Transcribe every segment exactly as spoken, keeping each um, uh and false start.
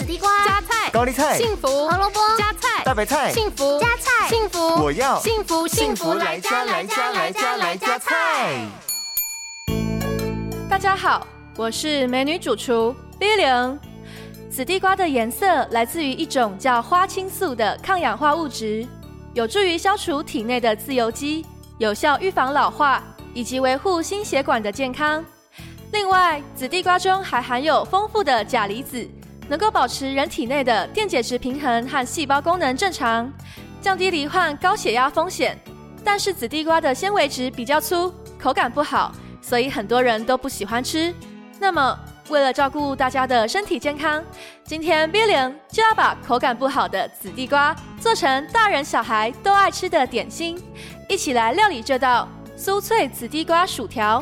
地瓜、 加菜、 高丽菜、 幸福、 胡萝卜、 加菜、 大白菜、 幸福、 加菜、 幸福， 我要幸福幸福来家来家来家来家菜。 大家好，我是美女主厨 B 零。紫地瓜的颜色来自于一种叫花青素的抗氧化物质，有助于消除体内的自由基，有效预防老化以及维护心血管的健康。另外，紫地瓜中还含有丰富的钾离子，能够保持人体内的电解质平衡和细胞功能正常，降低罹患高血压风险。但是紫地瓜的纤维质比较粗，口感不好，所以很多人都不喜欢吃。那么为了照顾大家的身体健康，今天 B 零就要把口感不好的紫地瓜做成大人小孩都爱吃的点心，一起来料理这道酥脆紫地瓜薯条。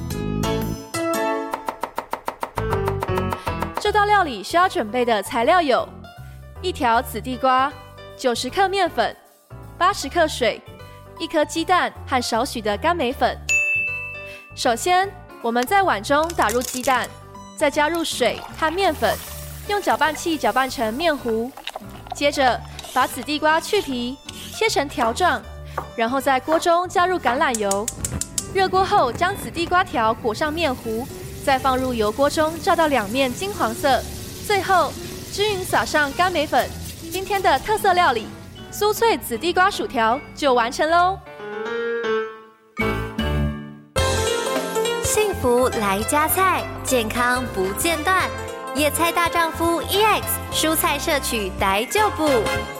这道料理需要准备的材料有：一条紫地瓜、九十克面粉、八十克水、一颗鸡蛋和少许的甘梅粉。首先，我们在碗中打入鸡蛋，再加入水和面粉，用搅拌器搅拌成面糊。接着，把紫地瓜去皮，切成条状，然后在锅中加入橄榄油。热锅后，将紫地瓜条裹上面糊，再放入油锅中炸到两面金黄色。最后，均匀撒上甘梅粉。今天的特色料理——酥脆紫地瓜薯条就完成喽！ 幸福来加菜，健康不间断。野菜大丈夫 E X 蔬菜摄取逮就补。